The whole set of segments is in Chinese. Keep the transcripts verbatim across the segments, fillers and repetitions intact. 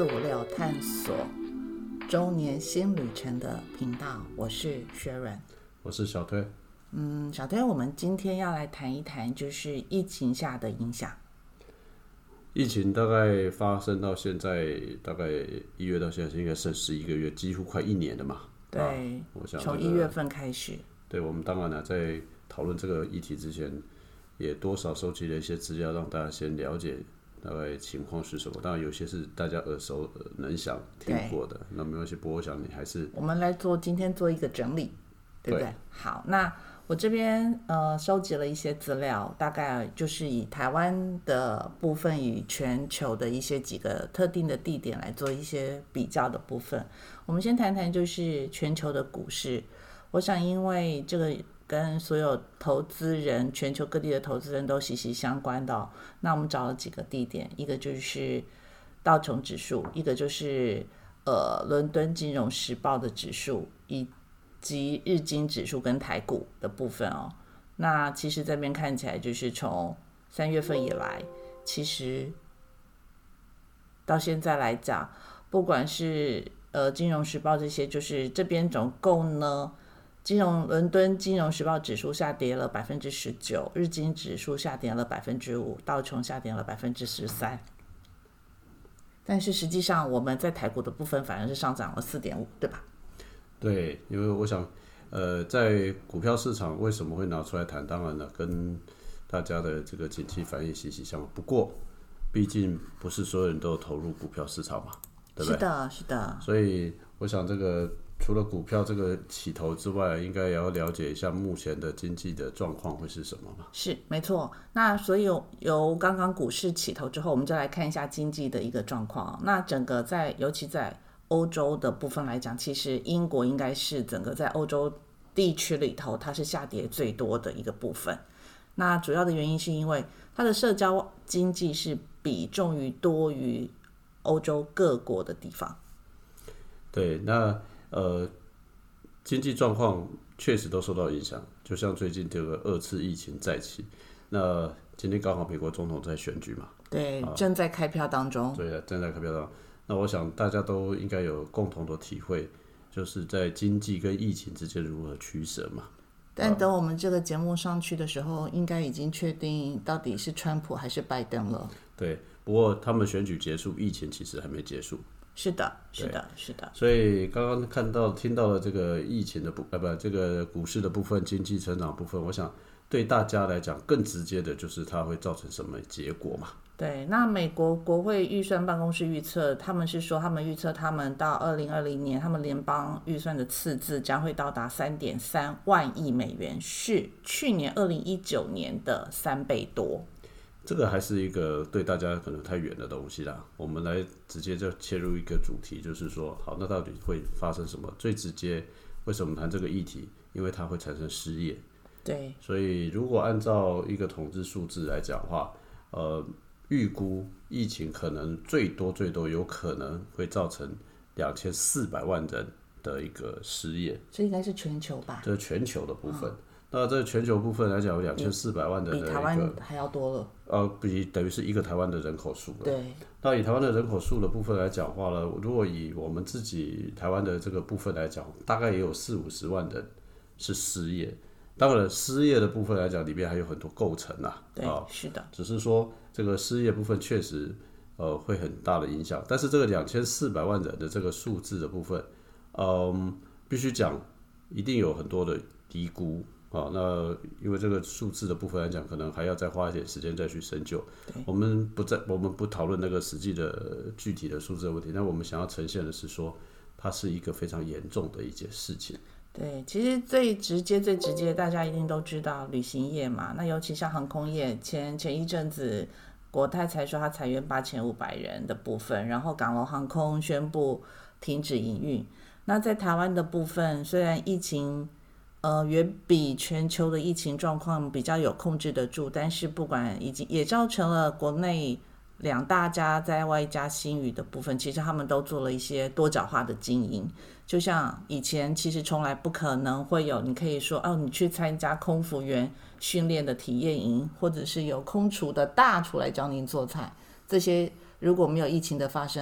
五六探索周年新旅程的频道，我是 Sharon， 我是小推。 嗯，小推，我们今天要来谈一谈就是疫情下的影响。 疫情大概发生到现在，大概一月到现在应该剩十一个月，几乎快一年了嘛。 对，啊、 我想、 这个、从一月份开始。 对，我们当然呢，在讨论这个议题之前，也多少收集了一些资料，让大家先了解大概情况是什么。当然，有些是大家耳熟能详听过的，那没关系。不过我想你还是我们来做今天做一个整理，对不对？对，好，那我这边呃收集了一些资料，大概就是以台湾的部分与全球的一些几个特定的地点来做一些比较的部分。我们先谈谈就是全球的股市。我想因为这个跟所有投资人，全球各地的投资人都息息相关的、哦、那我们找了几个地点，一个就是道琼指数，一个就是呃伦敦金融时报的指数，以及日经指数跟台股的部分哦。那其实这边看起来就是从三月份以来，其实到现在来讲，不管是呃金融时报这些，就是这边总共呢，金融伦敦金融时报指数下跌了百分之十九，日经指数下跌了百分之五，道琼下跌了百分之十三。但是实际上我们在台股的部分反而是上涨了四点五，对吧？ 对，因为我想，呃，在股票市场为什么会拿出来谈？当然了，跟大家的这个景气反应息息相关。不过，毕竟不是所有人都投入股票市场嘛，对不对？ 是的，是的。 所以我想这个。除了股票这个起头之外，应该也要了解一下目前的经济的状况会是什么嘛？ 是，没错。那所以由刚刚股市起头之后，我们就来看一下经济的一个状况。那整个在，尤其在欧洲的部分来讲，其实英国应该是整个在欧洲地区里头，它是下跌最多的一个部分。那主要的原因是因为它的社交经济是比重于多于欧洲各国的地方。 对，那。呃，经济状况确实都受到影响，就像最近这个二次疫情再起，那今天刚好美国总统在选举嘛， 对， 啊、 正在开票当中。 对啊，正在开票当中。那我想大家都应该有共同的体会，就是在经济跟疫情之间如何取舍嘛。 但等我们这个节目上去的时候，应该已经确定到底是川普还是拜登了。 对，不过他们选举结束，疫情其实还没结束。 是的，是的，是的。 所以刚刚看到、听到了这个疫情的部，呃，不，这个股市的部分、经济成长部分，我想对大家来讲更直接的就是它会造成什么结果嘛？ 对，那美国国会预算办公室预测，他们是说，他们预测他们到二零二零年，他们联邦预算的赤字将会到达三点三万亿美元，是去年二零一九年的三倍多。 这个还是一个对大家可能太远的东西啦。我们来直接就切入一个主题，就是说，好，那到底会发生什么？最直接，为什么谈这个议题？因为它会产生失业。 对。所以如果按照一个统计数字来讲的话，呃，预估疫情可能最多最多有可能会造成两千四百万人的一个失业。 这应该是全球吧？ 这是全球的部分。哦，那这全球部分来讲，有两千四百万的一个， 比台湾还要多了。 呃，比等于是一个台湾的人口数了。 对。 那以台湾的人口数的部分来讲话呢，如果以我们自己台湾的这个部分来讲，大概也有四五十万人是失业。当然，失业的部分来讲，里面还有很多构成啊。 对， 啊， 是的。 只是说这个失业部分确实呃会很大的影响，但是这个两千四百万人的这个数字的部分，嗯，必须讲一定有很多的低估。好，那因为这个数字的部分来讲，可能还要再花一点时间再去深究。我们不在，我们不讨论那个实际的具体的数字的问题。那我们想要呈现的是说，它是一个非常严重的一件事情。 对，其实最直接、最直接，大家一定都知道旅行业嘛。那尤其像航空业，前前一阵子国泰才说它裁员八千五百人的部分，然后港龙航空宣布停止营运。那在台湾的部分，虽然疫情呃，远比全球的疫情状况比较有控制得住，但是不管已经也造成了国内两大家在外加新宇的部分，其实他们都做了一些多角化的经营。就像以前其实从来不可能会有，你可以说哦，你去参加空服员训练的体验营，或者是有空厨的大厨来教您做菜，这些如果没有疫情的发生，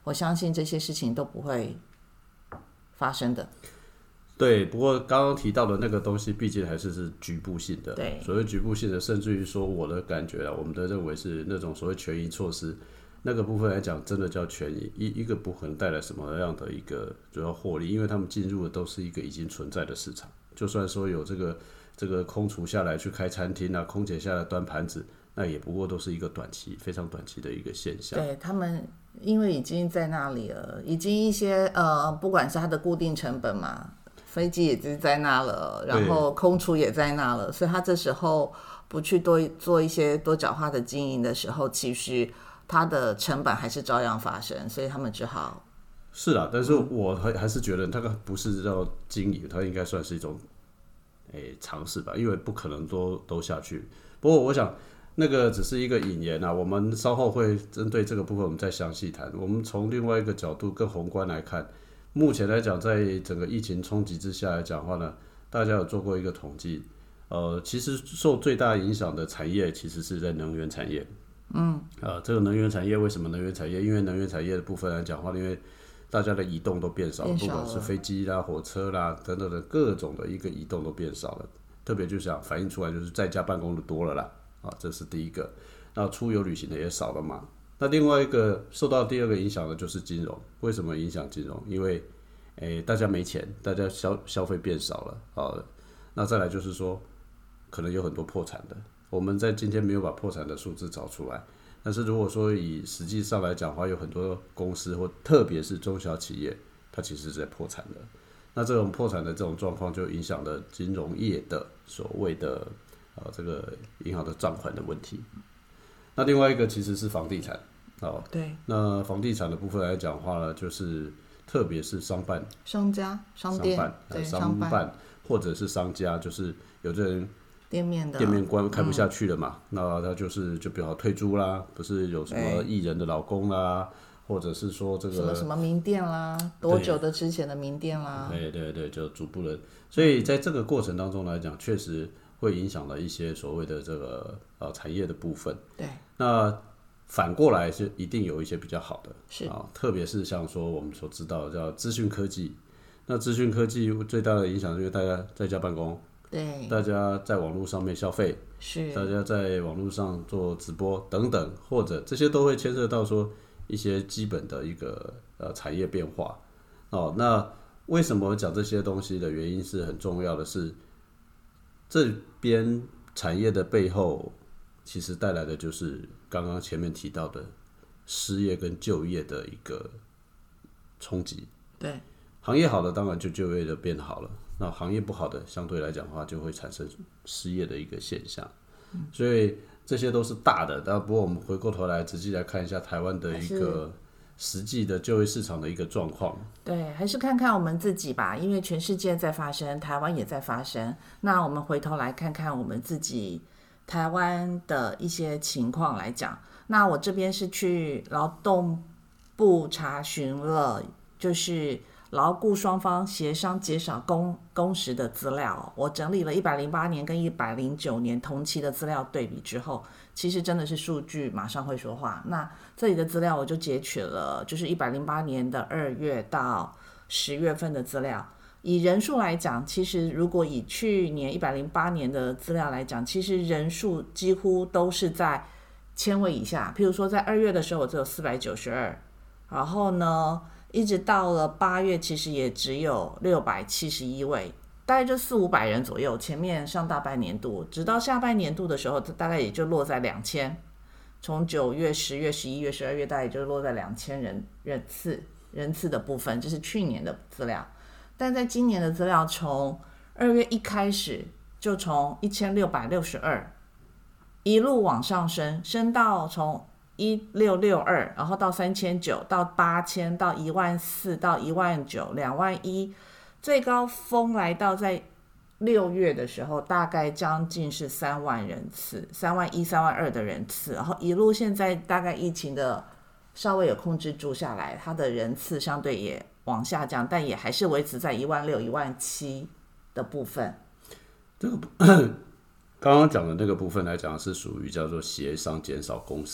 我相信这些事情都不会发生的。 对，不过刚刚提到的那个东西，毕竟还是是局部性的。 对， 所谓局部性的，甚至于说我的感觉啊，我们的认为是那种所谓权益措施，那个部分来讲，真的叫权益，一一个不可能带来什么样的一个主要获利，因为他们进入的都是一个已经存在的市场。就算说有这个这个空厨下来去开餐厅啊，空姐下来端盘子，那也不过都是一个短期、非常短期的一个现象。 对他们，因为已经在那里了，已经一些呃，不管是它的固定成本嘛。飞机也是在那了，然后空厨也在那了，所以他这时候不去多做一些多角化的经营的时候，其实它的成本还是照样发生，所以他们只好是啊，但是我还还是觉得那个不是叫经营，它应该算是一种诶尝试吧，因为不可能都都下去。不过我想那个只是一个引言啊，我们稍后会针对这个部分我们再详细谈。我们从另外一个角度更宏观来看。目前来讲，在整个疫情冲击之下来讲的话呢，大家有做过一个统计，呃，其实受最大影响的产业其实是在能源产业。嗯，呃，这个能源产业为什么能源产业？因为能源产业的部分来讲的话，因为大家的移动都变少了，不管是飞机啦、火车啦等等的各种的一个移动都变少了，特别就想反映出来就是在家办公的多了啦，啊，这是第一个。那出游旅行的也少了嘛。那另外一个受到第二个影响的就是金融，为什么影响金融？因为，诶，大家没钱，大家消消费变少了啊。那再来就是说，可能有很多破产的，我们在今天没有把破产的数字找出来，但是如果说以实际上来讲的话，有很多公司或特别是中小企业，它其实是在破产的。那这种破产的这种状况，就影响了金融业的所谓的呃这个银行的账款的问题。那另外一个其实是房地产。好， 对， 那房地产的部分来讲的话呢，就是特别是商办、 商家、商店、 商办、 对商办或者是商家，就是有的人店面的店面关开不下去了嘛，嗯、那他就是就比如退租啦，不是有什么艺人的老公啦，或者是说这个什么什么名店啦，多久的之前的名店啦， 对对对，就逐步的，所以在这个过程当中来讲，确实会影响了一些所谓的这个呃产业的部分。 对， 那。反过来是一定有一些比较好的， 是啊，特别是像说我们所知道的叫资讯科技，那资讯科技最大的影响就是大家在家办公， 对， 大家在网络上面消费， 是大家在网络上做直播等等，或者这些都会牵涉到说一些基本的一个呃产业变化。哦，那为什么讲这些东西的原因是很重要的是，这边产业的背后。其实带来的就是刚刚前面提到的失业跟就业的一个冲击。 对， 行业好的当然就就业的变好了，那行业不好的相对来讲的话就会产生失业的一个现象。嗯、所以这些都是大的。但不过我们回过头来仔细来看一下台湾的一个实际的就业市场的一个状况。 对，还是看看我们自己吧，因为全世界在发生，台湾也在发生。那我们回头来看看我们自己。台湾的一些情况来讲，那我这边是去劳动部查询了，就是劳雇双方协商减少工工时的资料。我整理了一百零八年跟一百零九年同期的资料对比之后，其实真的是数据马上会说话。那这里的资料我就截取了，就是一百零八年的二月到十月份的资料。以人数来讲，其实如果以去年一百零八年的资料来讲，其实人数几乎都是在千位以下。譬如说在二月的时候我只有四百九十二，然后呢一直到了八月其实也只有六百七十一位，大概就四五百人左右。前面上大半年度，直到下半年度的时候大概也就落在两千，从九月、十月、十一月、十二月大概也就落在两千人人次人次的部分，这是去年的资料。但在今年的资料，从二月一开始就从一千六百六十二一路往上升，升到从一千六百六十二，然后到三千九百，到八千，到一万四，到一万九，两万一，最高峰来到在六月的时候，大概将近是三万人次，三万一、三万二的人次，然后一路现在大概疫情的稍微有控制住下来，它的人次相对也往下降，但也还是维持在一万六、一万七的部分。 这个刚刚讲的那个部分来讲，是属于叫做协商减少工时。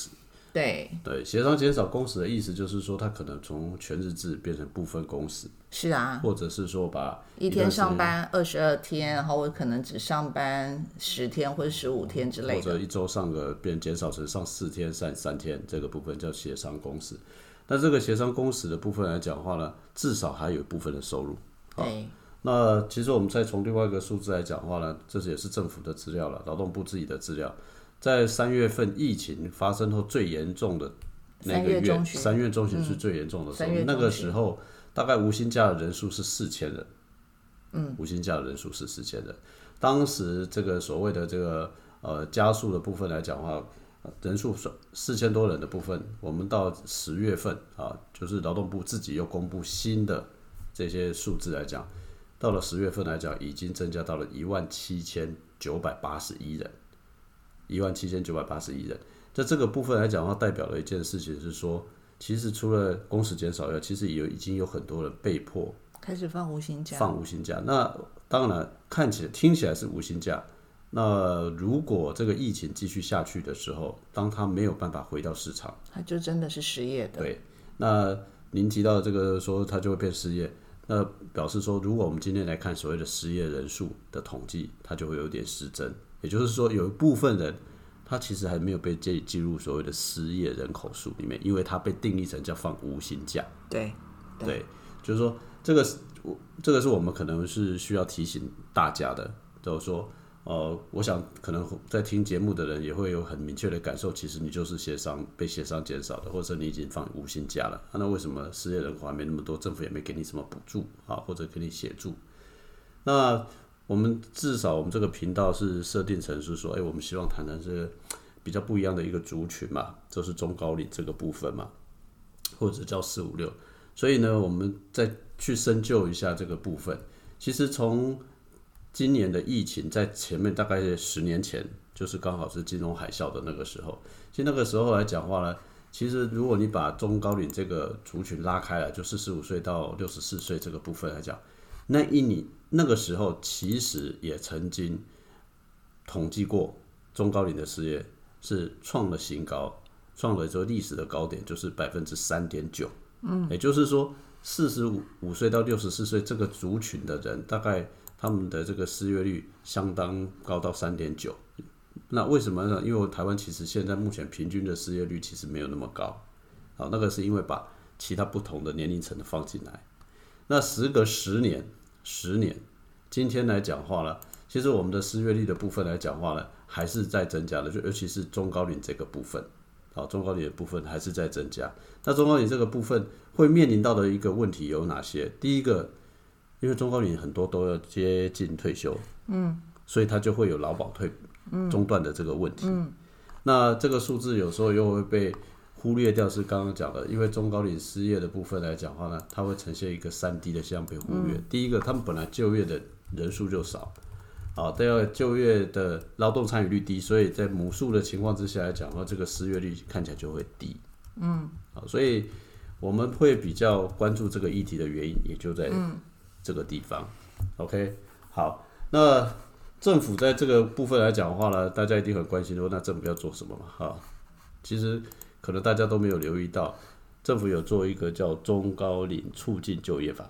对对，协商减少工时的意思就是说，他可能从全日制变成部分工时， 是啊， 或者是说把一天上班二十二天，然后我可能只上班十天或者十五天之类的， 或者一周上个变减少成上四天、上三天，这个部分叫协商工时。那这个协商工时的部分来讲的话呢，至少还有一部分的收入。 对。 那其实我们再从另外一个数字来讲的话呢，这也是政府的资料了，劳动部自己的资料，在三月份疫情发生后最严重的那个月，三月中旬是最严重的时候，嗯、那个时候大概无薪假的人数是四千人，嗯，无薪假的人数是四千人。当时这个所谓的这个呃加速的部分来讲的话，人数四千多人的部分，我们到十月份啊，就是劳动部自己又公布新的这些数字来讲，到了十月份来讲，已经增加到了一万七千九百八十一人，一万七千九百八十一人。在这个部分来讲的话，代表了一件事情是说，其实除了工时减少以外，其实也已经有很多人被迫开始放无薪假， 放无薪假。那当然看起来听起来是无薪假。那如果这个疫情继续下去的时候，当他没有办法回到市场， 他就真的是失业的。 对，那您提到的这个说他就会变失业，那表示说，如果我们今天来看所谓的失业人数的统计，它就会有点失真。也就是说，有一部分人他其实还没有被记入所谓的失业人口数里面，因为他被定义成叫放无薪假。 对， 对，对就是说这个这个是我们可能是需要提醒大家的，就是说。呃，我想可能在听节目的人也会有很明确的感受，其实你就是协商被协商减少的，或者你已经放无薪假了、啊，那为什么失业人口还没那么多，政府也没给你什么补助啊，或者给你协助？那我们至少我们这个频道是设定成是说，哎，我们希望谈谈这个比较不一样的一个族群嘛，就是中高龄这个部分嘛，或者叫四五六。所以呢，我们再去深究一下这个部分。其实从今年的疫情在前面大概十年前，就是刚好是金融海啸的那个时候。其实那个时候来讲话呢，其实如果你把中高龄这个族群拉开来，就四十五岁到六十四岁这个部分来讲，那一年那个时候其实也曾经统计过中高龄的失业是创了新高，创了这历史的高点，就是百分之三点九。嗯，也就是说，四十五岁到六十四岁这个族群的人，大概他们的这个失业率相当高到 三点九。 那为什么呢？因为台湾其实现在目前平均的失业率其实没有那么高，好，那个是因为把其他不同的年龄层的放进来。那时隔十年，十年，今天来讲话呢，其实我们的失业率的部分来讲话呢，还是在增加的，就尤其是中高龄这个部分，好，中高龄的部分还是在增加。那中高龄这个部分会面临到的一个问题有哪些？第一个，因为中高龄很多都要接近退休，嗯，所以他就会有劳保退中断的这个问题。嗯，那这个数字有时候又会被忽略掉，是刚刚讲的，因为中高龄失业的部分来讲的话呢，它会呈现一个三低的现象被忽略。嗯、第一个，他们本来就业的人数就少，好，第二个，就业的劳动参与率低，所以在母数的情况之下来讲的话，这个失业率看起来就会低。嗯，好，所以我们会比较关注这个议题的原因，也就在这个地方。嗯、OK， 好，那政府在这个部分来讲的话呢，大家一定很关心说，那政府要做什么嘛？哈，其实可能大家都没有留意到，政府有做一个叫中高龄促进就业法。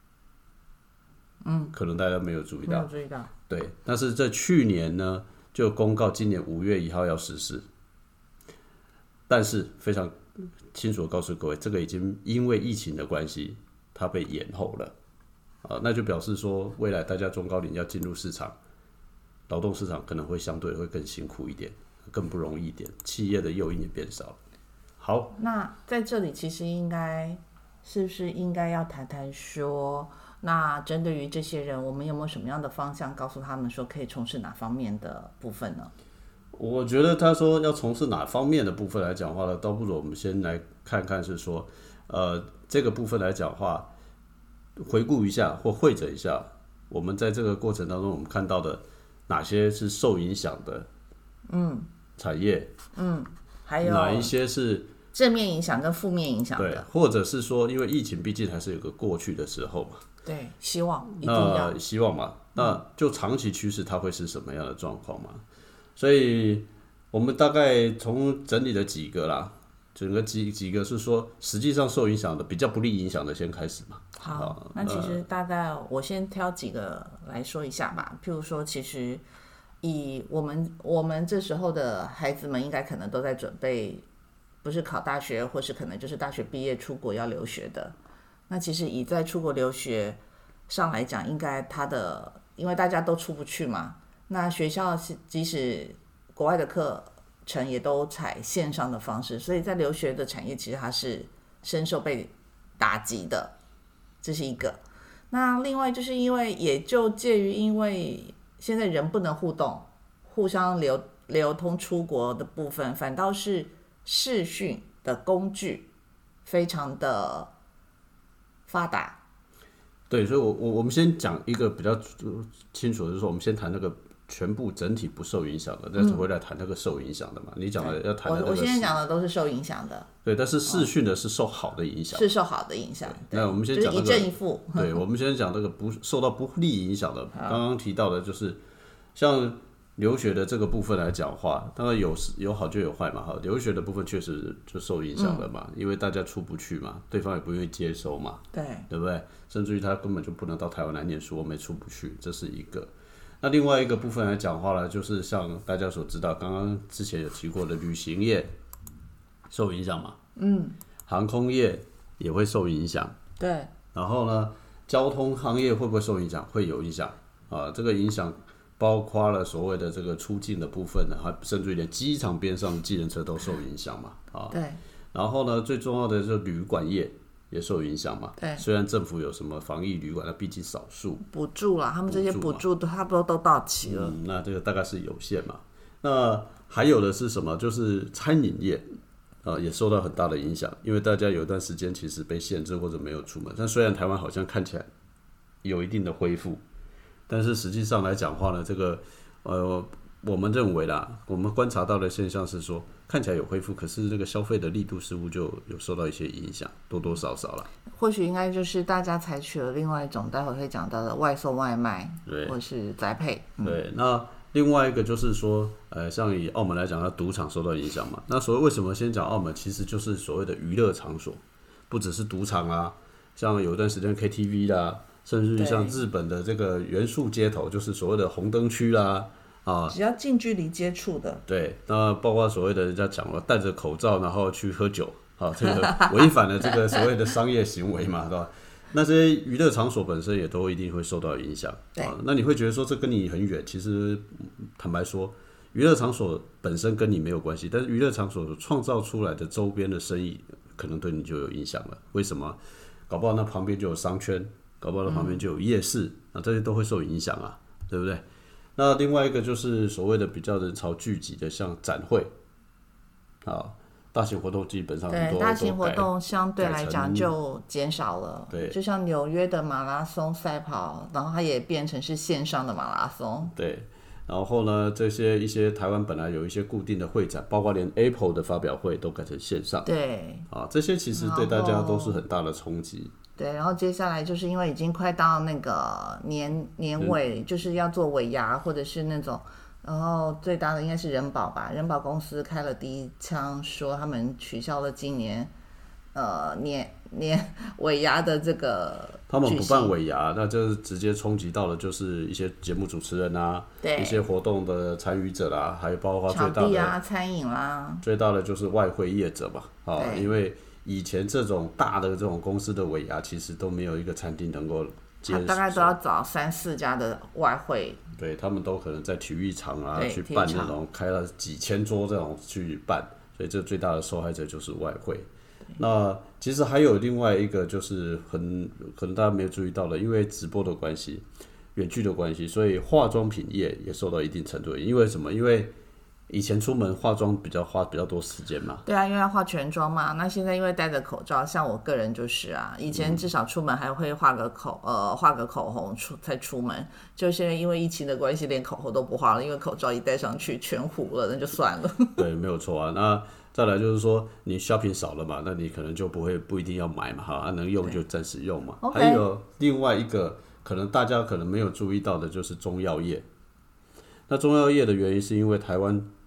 嗯，可能大家没有注意到， 没有注意到。 对，但是在去年呢，就公告今年五月一号要实施，但是非常清楚的告诉各位，这个已经因为疫情的关系，它被延后了。啊，那就表示说，未来大家中高龄要进入市场，劳动市场可能会相对会更辛苦一点，更不容易一点，企业的诱因也变少了。好， 那在这里其实应该是不是应该要谈谈说，那针对于这些人，我们有没有什么样的方向告诉他们说可以从事哪方面的部分呢？ 我觉得他说要从事哪方面的部分来讲话呢，倒不如我们先来看看是说，呃，这个部分来讲话，回顾一下或汇整一下，我们在这个过程当中我们看到的哪些是受影响的，嗯，产业， 嗯，还有哪一些是正面影响跟负面影响的， 对，或者是说，因为疫情毕竟还是有个过去的时候嘛， 对，希望一定要那希望嘛，那就长期趋势它会是什么样的状况嘛？所以我们大概从整理了几个啦， 整个几几个是说实际上受影响的比较不利影响的先开始嘛。 好，那其实大概我先挑几个来说一下吧。譬如说，其实以我们我们这时候的孩子们，应该可能都在准备，不是考大学，或是可能就是大学毕业出国要留学的。那其实以在出国留学上来讲，应该他的，因为大家都出不去嘛，那学校即使国外的课程也都采线上的方式，所以在留学的产业其实它是深受被打击的。这是一个。那另外就是因为也就介于因为现在人不能互动，互相流流通出国的部分，反倒是视讯的工具非常的发达。 对，所以我我我们先讲一个比较清楚的，就是说我们先谈那个全部整体不受影响的，但是回来谈那个受影响的嘛。嗯、你讲的要谈的、那个、 我我现在讲的都是受影响的。 对，但是视讯的是受好的影响， 是受好的影响。 那我们先讲、那个、 就是一正一负。 对，我们先讲这个不受到不利影响的。刚刚提到的就是像留学的这个部分来讲话，当然有有好就有坏嘛。哈，留学的部分确实就受影响了嘛、嗯，因为大家出不去嘛，对方也不愿意接收嘛， 对， 对不对？甚至于他根本就不能到台湾来念书，我们也出不去，这是一个。那另外一个部分来讲话呢，就是像大家所知道，刚刚之前有提过的旅行业受影响嘛，嗯，航空业也会受影响， 对。 然后呢，交通行业会不会受影响？会有影响啊，这个影响包括了所谓的这个出境的部分呢，还甚至于连机场边上的计程车都受影响嘛，啊， 对。 然后呢，最重要的就是旅馆业也受影响嘛。 对， 虽然政府有什么防疫旅馆，那毕竟少数补助啦，他们这些补助都差不多都到期了。 嗯，那这个大概是有限嘛。那还有的是什么？就是餐饮业啊、呃，也受到很大的影响，因为大家有一段时间其实被限制或者没有出门。但虽然台湾好像看起来有一定的恢复，但是实际上来讲话呢，这个呃，我们认为啦，我们观察到的现象是说，看起来有恢复，可是这个消费的力度似乎就有受到一些影响，多多少少啦。 或许应该就是大家采取了另外一种，待会会讲到的外送外卖， 对， 或是宅配。 嗯、对，那另外一个就是说，呃，像以澳门来讲，它赌场受到影响嘛。那所谓为什么先讲澳门，其实就是所谓的娱乐场所，不只是赌场啊，像有一段时间 K T V 啦，甚至像日本的这个元素街头，就是所谓的红灯区啦。啊， 只要近距离接触的， 对，那包括所谓的人家讲了戴着口罩然后去喝酒，啊，这个违反了这个所谓的商业行为嘛，对吧？那这些娱乐场所本身也都一定会受到影响， 对、 啊。那你会觉得说这跟你很远，其实坦白说，娱乐场所本身跟你没有关系，但是娱乐场所创造出来的周边的生意，可能对你就有影响了。为什么？搞不好那旁边就有商圈，搞不好那旁边就有夜市，那、嗯、这些都会受影响啊，对不对？那另外一个就是所谓的比较人潮聚集的，像展会，啊，大型活动基本上很多对大型活动相对来讲就减少了。 对， 就像纽约的马拉松赛跑，然后它也变成是线上的马拉松。 对，然后呢，这些一些台湾本来有一些固定的会展，包括连 Apple 的发表会都改成线上。 对， 啊，这些其实对大家都是很大的冲击。 对，然后接下来就是因为已经快到那个年年尾、嗯，就是要做尾牙或者是那种，然后最大的应该是人保吧，人保公司开了第一枪，说他们取消了今年呃年年尾牙的这个， 他们不办尾牙，那就直接冲击到了就是一些节目主持人啊， 对， 一些活动的参与者啦，还有包括最大的场地啊、餐饮啦， 最大的就是外汇业者嘛，啊，因为以前这种大的这种公司的尾牙，其实都没有一个餐厅能够接手， 大概都要找三四家的外汇， 对他们都可能在体育场啊去办那种开了几千桌这种去办，所以这最大的受害者就是外汇。那其实还有另外一个就是很可能大家没有注意到的，因为直播的关系、远距的关系，所以化妆品业也受到一定程度的。因为什么？因为以前出门化妆比较花比较多时间嘛， 对啊，因为要化全妆嘛。那现在因为戴着口罩，像我个人就是啊，以前至少出门还会画个口、嗯、呃画个口红出才出门，就现在因为疫情的关系，连口红都不画了，因为口罩一戴上去全糊了，那就算了。 对，没有错啊。那再来就是说，你 shopping 少了嘛，那你可能就不会不一定要买嘛，哈，啊、能用就暂时用嘛。还有另外一个可能大家可能没有注意到的就是中药业。那中药业的原因是因为台湾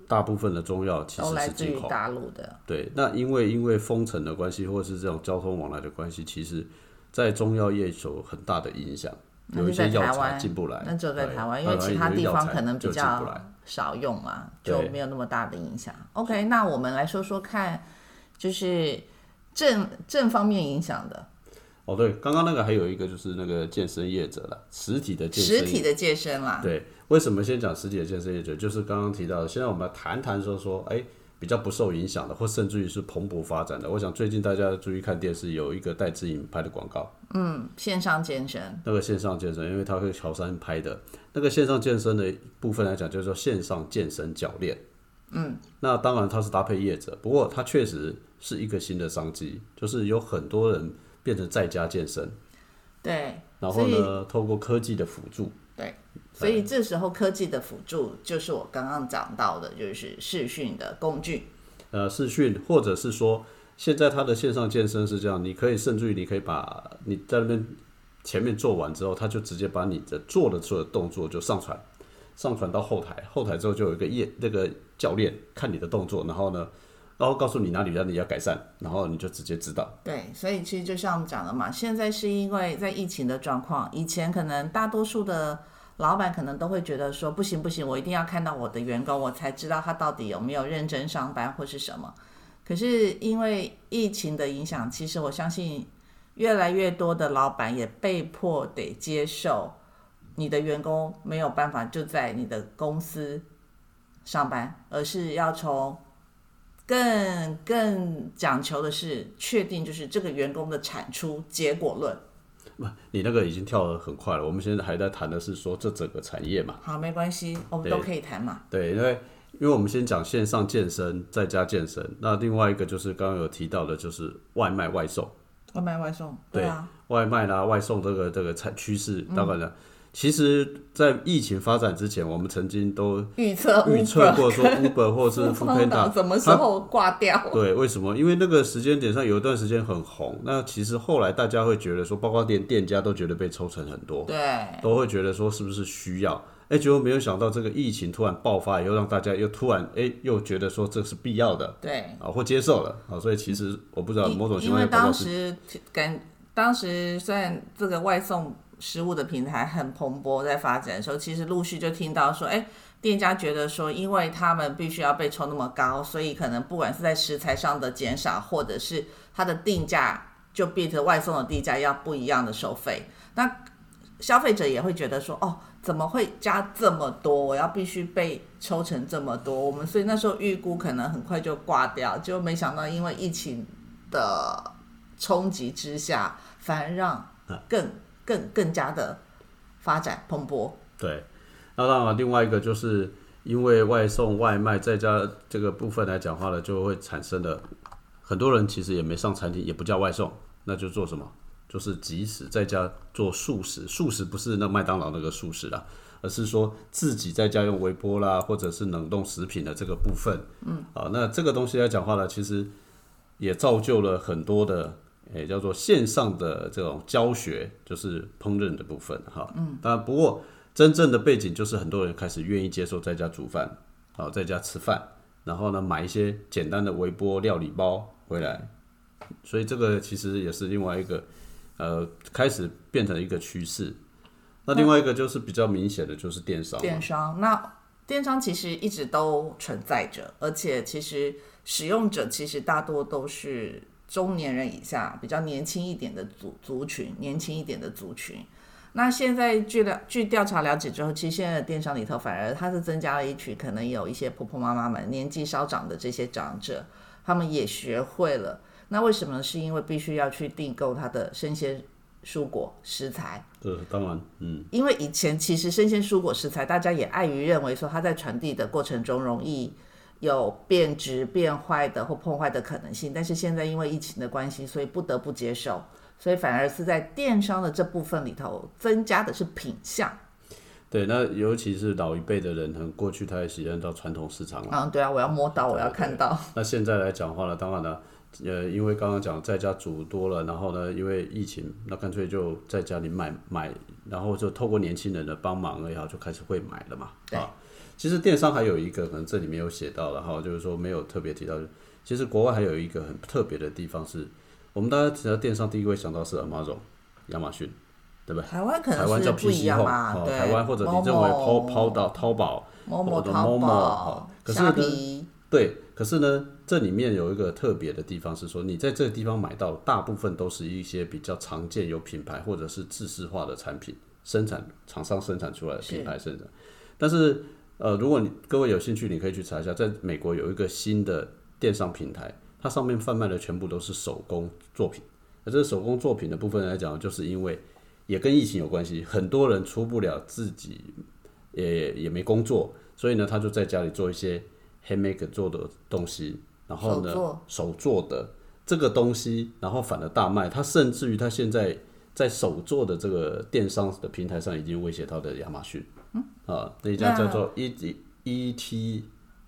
大部分的中药其实都来自于是进口， 大陆的。 对，那因为因为封城的关系，或是这种交通往来的关系，其实在中药业有很大的影响，有一些药材进不来。 那只有在台湾，因为其他地方可能比较少用嘛，就没有那么大的影响。OK， 那我们来说说看，就是正正方面影响的。 哦，对，刚刚那个还有一个就是那个健身业者了，实体的健身业者， 实体的健身啦。 对，为什么先讲实体的健身业者？就是刚刚提到的，现在我们来谈谈说说，哎，比较不受影响的，或甚至于是蓬勃发展的。我想最近大家注意看电视，有一个戴志颖拍的广告， 嗯，线上健身， 那个线上健身，因为他是乔山拍的，那个线上健身的部分来讲，就是说线上健身教练。嗯，那当然它是搭配业者，不过它确实是一个新的商机，就是有很多人变成在家健身。 对， 然后呢，透过科技的辅助， 对，所以这时候科技的辅助就是我刚刚讲到的，就是视讯的工具。 呃，视讯，或者是说，现在它的线上健身是这样，你可以甚至于你可以把你在那边前面做完之后，他就直接把你的做的所有动作就上传，上传到后台，后台之后就有一个业那个教练看你的动作，然后呢。然后告诉你哪里让你要改善，然后你就直接知道。 对，所以其实就像我们讲的嘛，现在是因为在疫情的状况，以前可能大多数的老板可能都会觉得说，不行不行，我一定要看到我的员工，我才知道他到底有没有认真上班或是什么。可是因为疫情的影响，其实我相信越来越多的老板也被迫得接受，你的员工没有办法就在你的公司上班，而是要从更更讲求的是确定，就是这个员工的产出结果论。 你那个已经跳得很快了，我们现在还在谈的是说这整个产业嘛。 好，没关系，我们都可以谈嘛。 对，因为因为我们先讲线上健身，在家健身，那另外一个就是刚刚有提到的，就是外卖外送。 外卖外送，对啊， 对外卖啦、外送这个这个趋势，当然了。嗯其实，在疫情发展之前，我们曾经都预测预测过说 Uber 或是 Foodpanda 什么时候挂掉？ 对，为什么？因为那个时间点上有一段时间很红，那其实后来大家会觉得说，包括连店家都觉得被抽成很多， 对， 都会觉得说是不是需要？哎，结果没有想到这个疫情突然爆发以后，让大家又突然哎又觉得说这是必要的， 对， 啊或接受了啊，所以其实我不知道某种情况下， 因为当时感当时虽然这个外送食物的平台很蓬勃在发展的时候，其实陆续就听到说，哎，店家觉得说，因为他们必须要被抽那么高，所以可能不管是在食材上的减少，或者是它的定价就变成外送的定价要不一样的收费。那消费者也会觉得说，哦，怎么会加这么多？我要必须被抽成这么多。我们所以那时候预估可能很快就挂掉，结果没想到因为疫情的冲击之下，反而让更更更加的发展蓬勃。 对，那当然另外一个就是因为外送外卖在家这个部分来讲话呢，就会产生的很多人其实也没上餐厅，也不叫外送，那就做什么？就是即使在家做素食，素食不是那麦当劳那个素食啦，而是说自己在家用微波啦，或者是冷冻食品的这个部分。嗯，啊，那这个东西来讲话呢，其实也造就了很多的。诶，叫做线上的这种教学，就是烹饪的部分哈。嗯，当然，不过真正的背景就是很多人开始愿意接受在家煮饭，好，在家吃饭，然后呢买一些简单的微波料理包回来，所以这个其实也是另外一个呃开始变成一个趋势。那另外一个就是比较明显的就是电商。 电商，那电商其实一直都存在着，而且其实使用者其实大多都是中年人以下比较年轻一点的族族群，年轻一点的族群。那现在据了据调查了解之后，其实现在的电商里头反而它是增加了一群可能有一些婆婆妈妈们年纪稍长的这些长者，他们也学会了。那为什么呢？是因为必须要去订购它的生鲜蔬果食材。 对，当然，嗯， 因为以前其实生鲜蔬果食材，大家也碍于认为说它在传递的过程中容易有变质、变坏的或破坏的可能性，但是现在因为疫情的关系，所以不得不接受，所以反而是在电商的这部分里头增加的是品项。 对，那尤其是老一辈的人，可能过去他也习惯到传统市场了。 嗯，对啊，我要摸到，我要看到。 那现在来讲的话呢，当然了， 呃，因为刚刚讲在家煮多了，然后呢，因为疫情，那干脆就在家里买买，然后就透过年轻人的帮忙也好，就开始会买了嘛。 对。 啊，其实电商还有一个，可能这里面有写到了哈，就是说没有特别提到。其实国外还有一个很特别的地方是，我们大家提到电商，第一个会想到是 Amazon 亚马逊，对不对？ 台湾可台湾叫能是不 P 一 C 样 Home， 吧？ 哦， 对， 台湾或者你认为抛抛到淘宝， 某某或者淘 Momo， 宝、 可是虾呢， 皮， 对，可是呢，这里面有一个特别的地方是说，你在这个地方买到，大部分都是一些比较常见有品牌或者是制式化的产品，生产厂商生产出来的品牌生产。但是，呃，如果你各位有兴趣，你可以去查一下，在美国有一个新的电商平台，它上面贩卖的全部都是手工作品。那这手工作品的部分来讲，就是因为也跟疫情有关系，很多人出不了自己，也也没工作，所以呢，他就在家里做一些 handmade 做的东西，然后呢， 手, 手做的这个东西，然后反而大卖。他甚至于他现在在手做的这个电商的平台上，已经威胁到的亚马逊，嗯啊，那一家叫做 E E T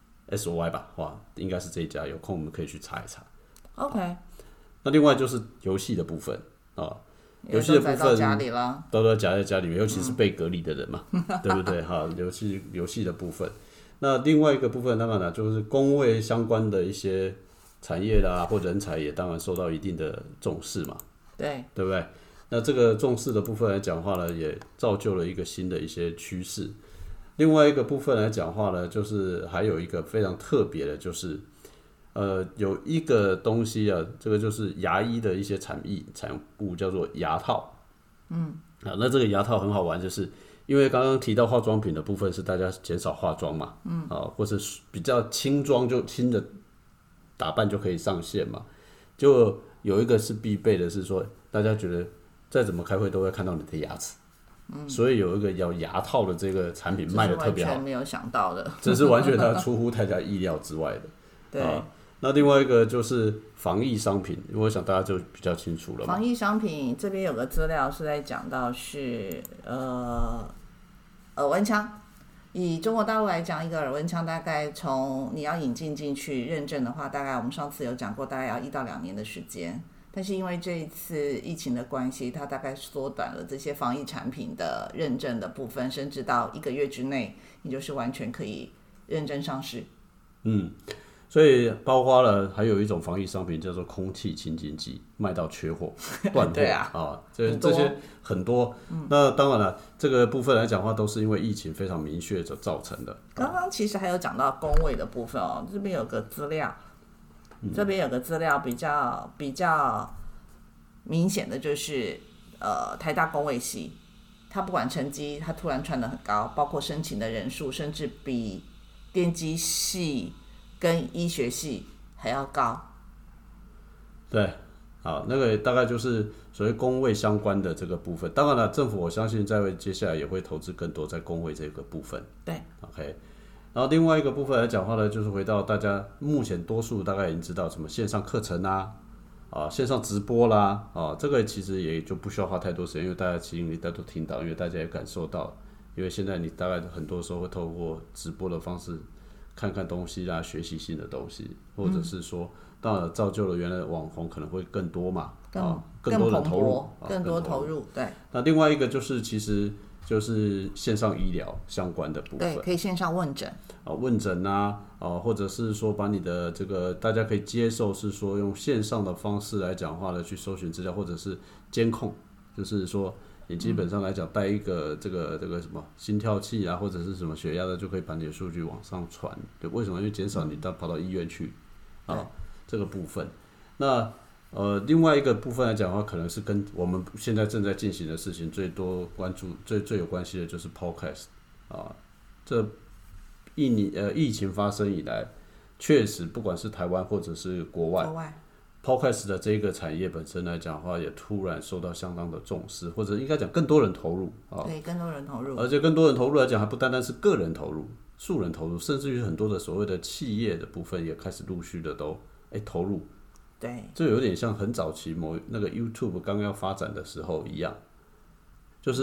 S Y 吧，哇，应该是这一家，有空我们可以去查一查。 OK。 那另外就是游戏的部分啊。游戏的部分都家里了， 都都夹在家里面，尤其是被隔离的人嘛，嗯、对不对？哈，游戏游戏的部分，那另外一个部分当然了，就是工位相关的一些产业啦，或人才也当然受到一定的重视嘛， 对， 对不对？那这个重视的部分来讲话呢，也造就了一个新的一些趋势。另外一个部分来讲话呢，就是还有一个非常特别的，就是。呃，有一个东西啊，这个就是牙医的一些产业产物，叫做牙套。嗯，啊，那这个牙套很好玩，就是因为刚刚提到化妆品的部分是大家减少化妆嘛，嗯，啊，或是比较轻妆就轻的打扮就可以上线嘛。就有一个是必备的，是说大家觉得再怎么开会都会看到你的牙齿。嗯，所以有一个叫牙套的这个产品卖的特别好， 完全没有想到的， 这是完全它出乎大家意料之外的。 对。 啊，那另外一个就是防疫商品，我想大家就比较清楚了嘛。 防疫商品这边有个资料是在讲到是呃耳温枪，以中国大陆来讲，一个耳温枪大概从你要引进进去认证的话，大概我们上次有讲过，大概要一到两年的时间。但是因为这一次疫情的关系，它大概缩短了这些防疫产品的认证的部分，甚至到一个月之内，你就是完全可以认证上市。 嗯。所以包括了还有一种防疫商品叫做空气清净机，卖到缺货、断货对啊， 啊，这这些很多。嗯、那当然了，这个部分来讲的话，都是因为疫情非常明确所造成的。 刚刚其实还有讲到工位的部分哦，这边有个资料，这边有个资料比较比较明显的就是，呃，台大工位系，他不管成绩，他突然窜得很高，包括申请的人数，甚至比电机系跟医学系还要高。 对，好，那个大概就是所谓工位相关的这个部分。当然了，政府我相信在接下来也会投资更多在工位这个部分。 对 ，OK。然后另外一个部分来讲话呢，就是回到大家目前多数大概已经知道什么线上课程啊，啊线上直播啦，啊这个其实也就不需要花太多时间，因为大家其实大家都听到，因为大家也感受到，因为现在你大概很多时候会透过直播的方式。看看东西啦，学习新的东西，或者是说，当然造就了原来网红可能会更多嘛， 更、 啊、更多人投入， 更, 啊、更多投入，对。 那另外一个就是，其实就是线上医疗相关的部分， 对，可以线上问诊啊，问诊啊，啊，或者是说把你的这个大家可以接受，是说用线上的方式来讲话的去搜寻资料，或者是监控，就是说。你基本上来讲，带一个这个这个什么心跳器啊，或者是什么血压的，就可以把你的数据往上传。对，为什么？因为减少你到跑到医院去啊，这个部分。那呃，另外一个部分来讲的话，可能是跟我们现在正在进行的事情最多关注、最最有关系的就是 Podcast 啊。这一年呃疫情发生以来，确实不管是台湾或者是国外。 国外 Podcast 的这个产业本身来讲的话，也突然受到相当的重视，或者应该讲更多人投入啊。 对，更多人投入， 而且更多人投入来讲，还不单单是个人投入、素人投入，甚至于很多的所谓的企业的部分也开始陆续的都哎投入。 对， 这有点像很早期某那个 YouTube 刚要发展的时候一样，就是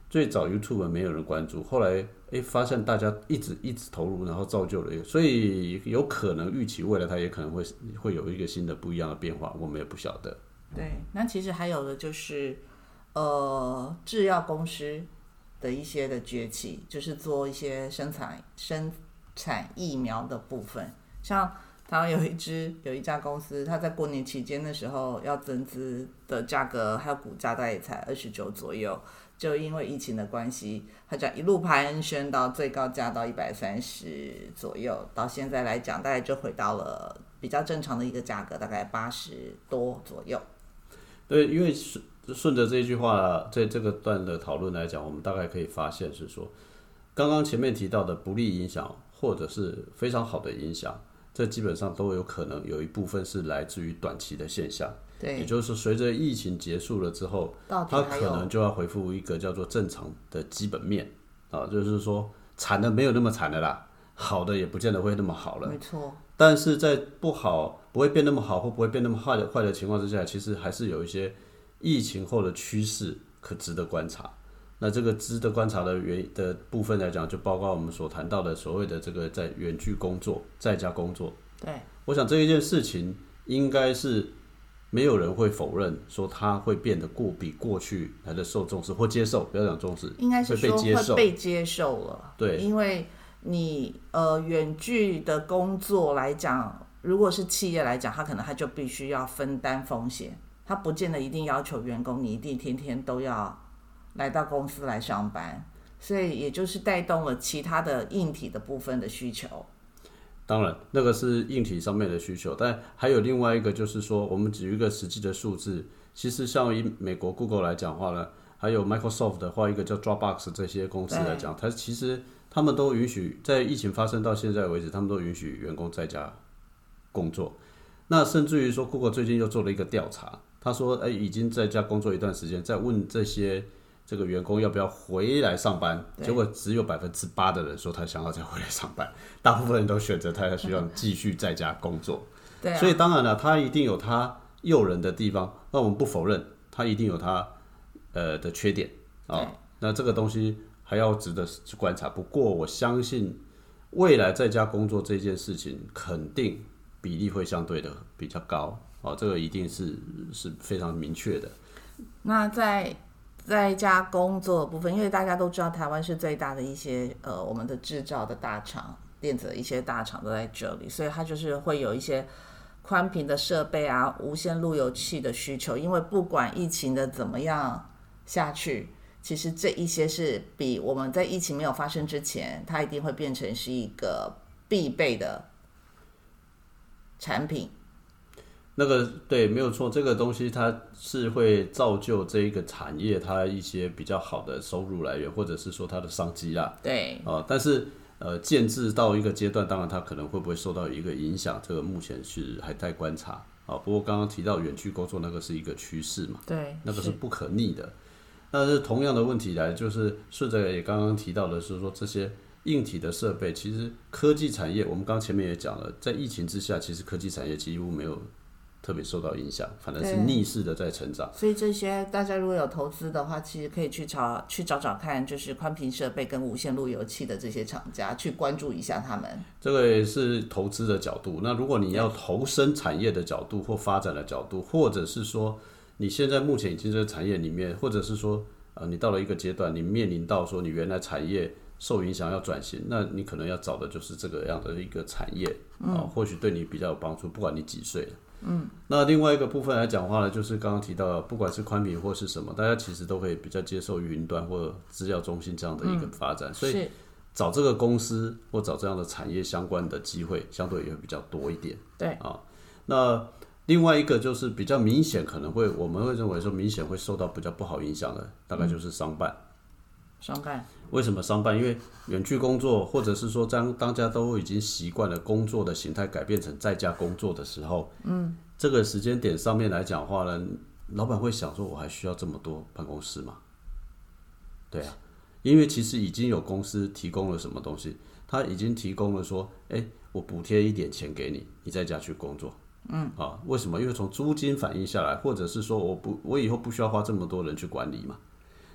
最早 YouTube 没有人关注，后来哎发现大家一直一直投入，然后造就了一个，所以有可能预期未来它也可能会会有一个新的不一样的变化，我们也不晓得。 对，那其实还有的就是呃制药公司的一些的崛起，就是做一些生产生产疫苗的部分，像台湾有一支有一家公司，它在过年期间的时候要增资的价格还有股价大概也才二十九左右，就因为疫情的关系，它这样一路攀升到最高价到一百三十左右，到现在来讲大概就回到了比较正常的一个价格，大概八十多左右。 对，因为顺顺着这一句话，在这个段的讨论来讲，我们大概可以发现是说，刚刚前面提到的不利影响或者是非常好的影响，这基本上都有可能有一部分是来自于短期的现象。 对， 也就是随着疫情结束了之后，它可能就要恢复一个叫做正常的基本面啊，就是说惨的没有那么惨的啦，好的也不见得会那么好了。 没错。 但是在不好不会变那么好或不会变那么坏的坏的情况之下，其实还是有一些疫情后的趋势可值得观察。那这个值得观察的原的部分来讲，就包括我们所谈到的所谓的这个在远距工作、在家工作。 对， 我想这一件事情应该是没有人会否认说它会变得过比过去来的受重视或接受，不要讲重视， 应该是说会被接受。 会被接受了。 对， 因为你呃远距的工作来讲，如果是企业来讲，他可能他就必须要分担风险，他不见得一定要求员工你一定天天都要来到公司来上班，所以也就是带动了其他的硬体的部分的需求。 当然，那个是硬体上面的需求，但还有另外一个就是说，我们举一个实际的数字，其实像以美国 Google 来讲的话呢，还有 Microsoft 的话，一个叫 Dropbox 这些公司来讲，它其实他们都允许在疫情发生到现在为止，他们都允许员工在家工作。那甚至于说 Google 最近又做了一个调查，他说，哎，已经在家工作一段时间，在问这些这个员工要不要回来上班，结果只有百分之八的人说他想要再回来上班，大部分人都选择他需要继续在家工作。 对啊， 所以当然了，他一定有他诱人的地方，那我们不否认，他一定有他呃的缺点啊、哦。那这个东西还要值得去观察。不过我相信未来在家工作这件事情，肯定比例会相对的比较高啊、哦，这个一定是是非常明确的。 那在在家工作的部分，因为大家都知道台湾是最大的一些呃我们的制造的大厂，电子的一些大厂都在这里，所以它就是会有一些宽频的设备啊、无线路由器的需求。因为不管疫情的怎么样下去，其实这一些是比我们在疫情没有发生之前，它一定会变成是一个必备的产品。 那个对，没有错，这个东西它是会造就这一个产业它一些比较好的收入来源，或者是说它的商机啦。 对， 呃、但是呃，建制到一个阶段，当然它可能会不会受到一个影响，这个目前是还在观察啊。不过刚刚提到远距工作那个是一个趋势嘛， 对， 那个是不可逆的。但是同样的问题来，就是顺着也刚刚提到的是说这些硬体的设备，其实科技产业，我们刚前面也讲了，在疫情之下，其实科技产业几乎没有特别受到影响，反而是逆势的在成长。 所以这些大家如果有投资的话，其实可以去找去找找看，就是宽频设备跟无线路由器的这些厂家，去关注一下他们。 这个也是投资的角度。那如果你要投身产业的角度或发展的角度，或者是说你现在目前已经在产业里面，或者是说呃你到了一个阶段，你面临到说你原来产业受影响要转型，那你可能要找的就是这个样的一个产业啊、嗯，或许对你比较有帮助，不管你几岁了。嗯，那另外一个部分来讲话呢，就是刚刚提到的，不管是宽频或是什么，大家其实都可以比较接受云端或资料中心这样的一个发展，嗯、所以找这个公司或找这样的产业相关的机会，相对也会比较多一点。 对啊，那另外一个就是比较明显，可能会我们会认为说明显会受到比较不好影响的，大概就是商办。嗯、 商办为什么商办？因为远距工作，或者是说当当家都已经习惯了工作的形态改变成在家工作的时候，嗯，这个时间点上面来讲的话呢，老板会想说，我还需要这么多办公室吗？对啊，因为其实已经有公司提供了什么东西，他已经提供了说，哎，我补贴一点钱给你，你在家去工作。嗯，啊，为什么？因为从租金反映下来，或者是说我不，我以后不需要花这么多人去管理嘛。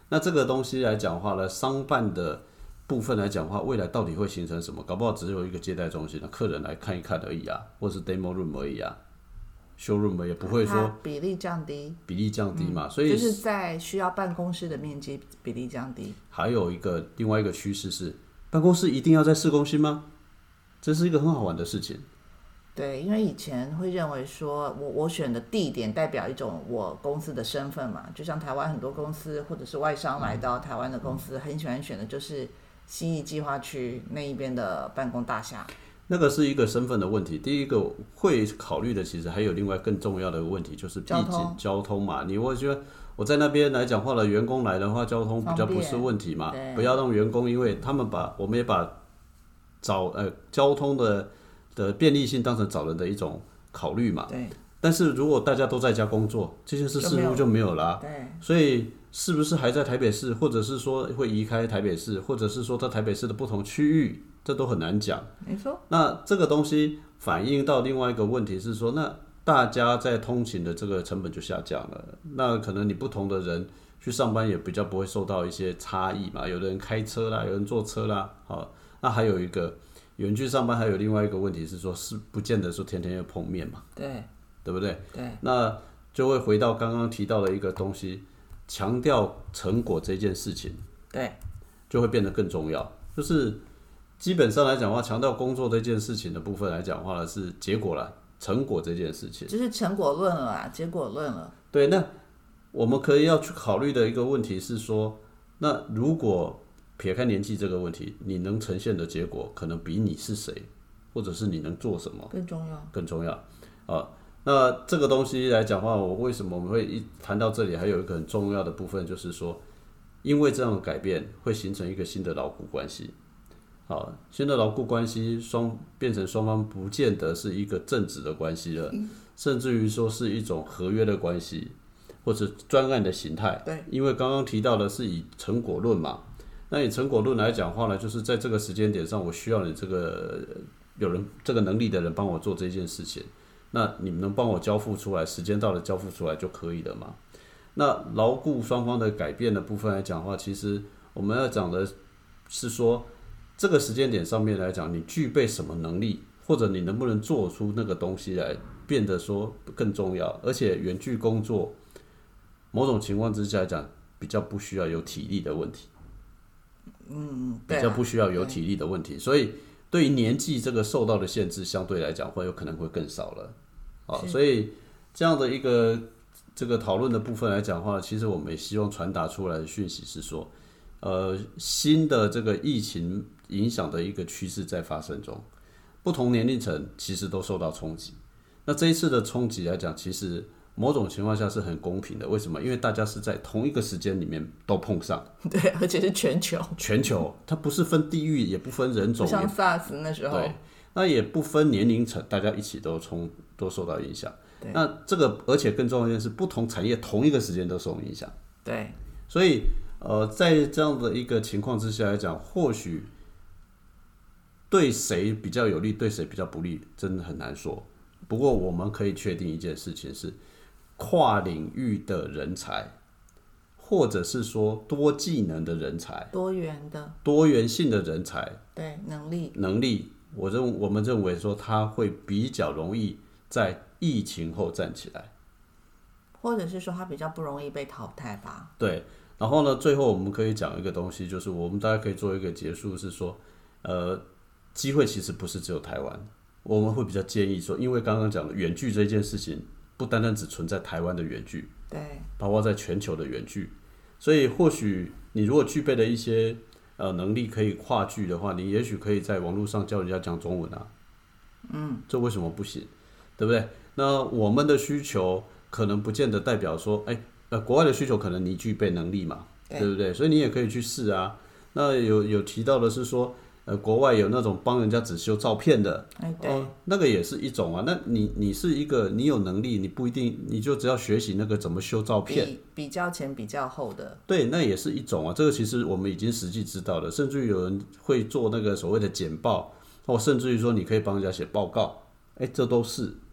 那这个东西来讲的话呢，商办的部分来讲的话，未来到底会形成什么？搞不好只有一个接待中心，客人来看一看而已啊，或是 demo room 而已啊 ，showroom 也不会说比例降低， 比例降低嘛， 嗯、 所以就是在需要办公室的面积比例降低。 还有一个另外一个趋势是，办公室一定要在市中心吗？这是一个很好玩的事情。 对，因为以前会认为说我我选的地点代表一种我公司的身份嘛，就像台湾很多公司或者是外商来到台湾的公司，很喜欢选的就是信义计划区那一边的办公大厦。 那个是一个身份的问题。第一个会考虑的，其实还有另外更重要的问题，就是毕竟交通嘛。你会觉得我在那边来讲话了，员工来的话，交通比较不是问题嘛。不要让员工，因为他们把我们也把找呃交通的的便利性当成找人的一种考虑嘛。 对。 但是如果大家都在家工作，这件事似乎就没有了、啊。 对。 所以是不是还在台北市，或者是说会移开台北市，或者是说在台北市的不同区域？这都很难讲， 没错。 那这个东西反映到另外一个问题是说，那大家在通勤的这个成本就下降了。那可能你不同的人去上班也比较不会受到一些差异嘛。有的人开车啦，有人坐车啦，好，那还有一个远距上班，还有另外一个问题是说，是不见得说天天要碰面嘛， 对， 对不对？ 对， 那就会回到刚刚提到的一个东西，强调成果这件事情， 对， 就会变得更重要，就是。基本上来讲的话，强调工作这件事情的部分来讲的话呢，是结果啦，成果这件事情， 就是成果论了啦，结果论了。 对，那我们可以要去考虑的一个问题是说，那如果撇开年纪这个问题，你能呈现的结果，可能比你是谁，或者是你能做什么更重要， 更重要啊。那这个东西来讲的话，我为什么我们会一谈到这里，还有一个很重要的部分，就是说，因为这样的改变会形成一个新的劳雇关系。好，新的劳雇关系双变成双方不见得是一个正职的关系了，嗯、甚至于说是一种合约的关系，或者专案的形态。 对， 因为刚刚提到的是以成果论嘛，那以成果论来讲的话呢，就是在这个时间点上，我需要你这个有人这个能力的人帮我做这件事情，那你们能帮我交付出来，时间到了交付出来就可以了嘛。那劳雇双方的改变的部分来讲的话，其实我们要讲的是说。这个时间点上面来讲，你具备什么能力，或者你能不能做出那个东西来，变得说更重要。而且远距工作，某种情况之下来讲，比较不需要有体力的问题。 嗯， 比较不需要有体力的问题，所以对于年纪这个受到的限制，相对来讲会有可能会更少了。好，所以这样的一个这个讨论的部分来讲的话，其实我们也希望传达出来的讯息是说，呃，新的这个疫情影响的一个趋势在发生中，不同年龄层其实都受到冲击。那这一次的冲击来讲，其实某种情况下是很公平的。为什么？因为大家是在同一个时间里面都碰上， 对，而且是全球， 全球，它不是分地域，也不分人种， 不像 SARS 那时候， 对，那也不分年龄层，大家一起都冲都受到影响。那这个，而且更重要的是，不同产业同一个时间都受影响。 对， 所以呃，在这样的一个情况之下来讲，或许对谁比较有利，对谁比较不利，真的很难说。不过我们可以确定一件事情是，跨领域的人才，或者是说多技能的人才， 多元的、 多元性的人才， 对能力能力，我认我们认为说他会比较容易在疫情后站起来， 或者是说他比较不容易被淘汰吧。 对，然后呢，最后我们可以讲一个东西，就是我们大家可以做一个结束，是说，呃，机会其实不是只有台湾。我们会比较建议说，因为刚刚讲的远距这件事情，不单单只存在台湾的远距， 对， 包括在全球的远距，所以或许你如果具备了一些呃能力可以跨距的话，你也许可以在网络上教人家讲中文啊，嗯，这为什么不行？对不对？那我们的需求可能不见得代表说，哎，呃，国外的需求可能你具备能力嘛， 对, 对不对？所以你也可以去试啊。那有有提到的是说。呃，国外有那种帮人家只修照片的， 哎，对、 哦，那个也是一种啊。那你你是一个，你有能力，你不一定，你就只要学习那个怎么修照片， 比比较前比较后的， 对，那也是一种啊。这个其实我们已经实际知道了，甚至于有人会做那个所谓的简报，或甚至于说你可以帮人家写报告，哎，这都是。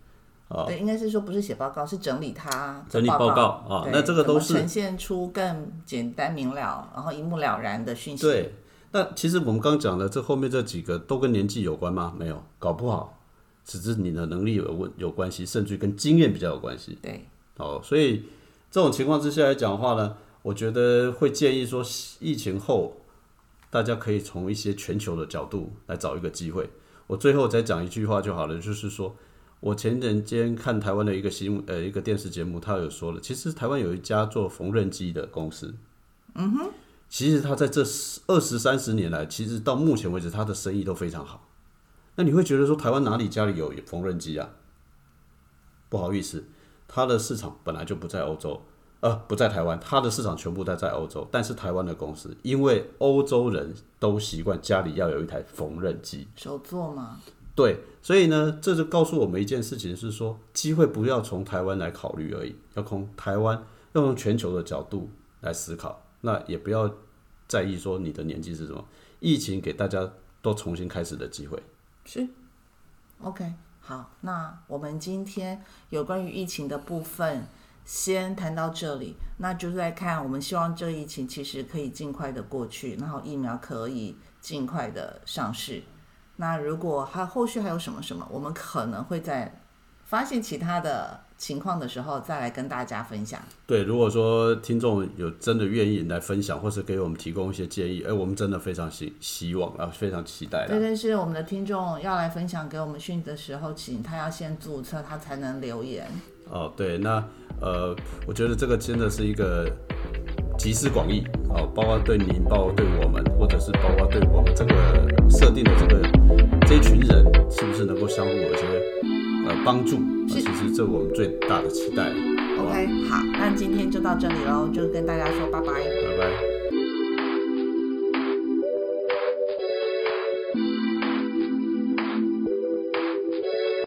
啊。 对，应该是说不是写报告，是整理它整理报告啊。那这个都是呈现出更简单明了，然后一目了然的讯息。 对，那其实我们刚讲的这后面这几个都跟年纪有关吗？没有，搞不好只是你的能力有问有关系，甚至跟经验比较有关系。 对， 哦，所以这种情况之下来讲的话呢，我觉得会建议说，疫情后大家可以从一些全球的角度来找一个机会。我最后再讲一句话就好了，就是说我前阵间看台湾的一个新呃一个电视节目，他有说了，其实台湾有一家做缝纫机的公司，嗯哼，其实他在这二十三十年来，其实到目前为止，他的生意都非常好。那你会觉得说，台湾哪里家里有缝纫机啊？不好意思，它的市场本来就不在欧洲。呃，不在台湾，它的市场全部都在欧洲。但是台湾的公司，因为欧洲人都习惯家里要有一台缝纫机， 手做嘛。 对，所以呢，这就告诉我们一件事情是说，机会不要从台湾来考虑而已，要从台湾，要从全球的角度来思考。那也不要在意说你的年纪是什么，疫情给大家都重新开始的机会。 是 ，OK， 好，那我们今天有关于疫情的部分。先谈到这里，那就是在看，我们希望这个疫情其实可以尽快的过去，然后疫苗可以尽快的上市。那如果还后续还有什么什么，我们可能会在发现其他的情况的时候再来跟大家分享。 对，如果说听众有真的愿意来分享，或是给我们提供一些建议，哎，我们真的非常希希望啊，非常期待。 对，但是我们的听众要来分享给我们讯的时候，请他要先注册，他才能留言。 哦，对，那呃，我觉得这个真的是一个集思广益，哦，包括对您，包括对我们，或者是包括对我们这个设定的这个这一群人，是不是能够相互有一些呃帮助？呃、其实这我们最大的期待。 OK， 好，那今天就到这里喽，就跟大家说拜拜， 拜拜。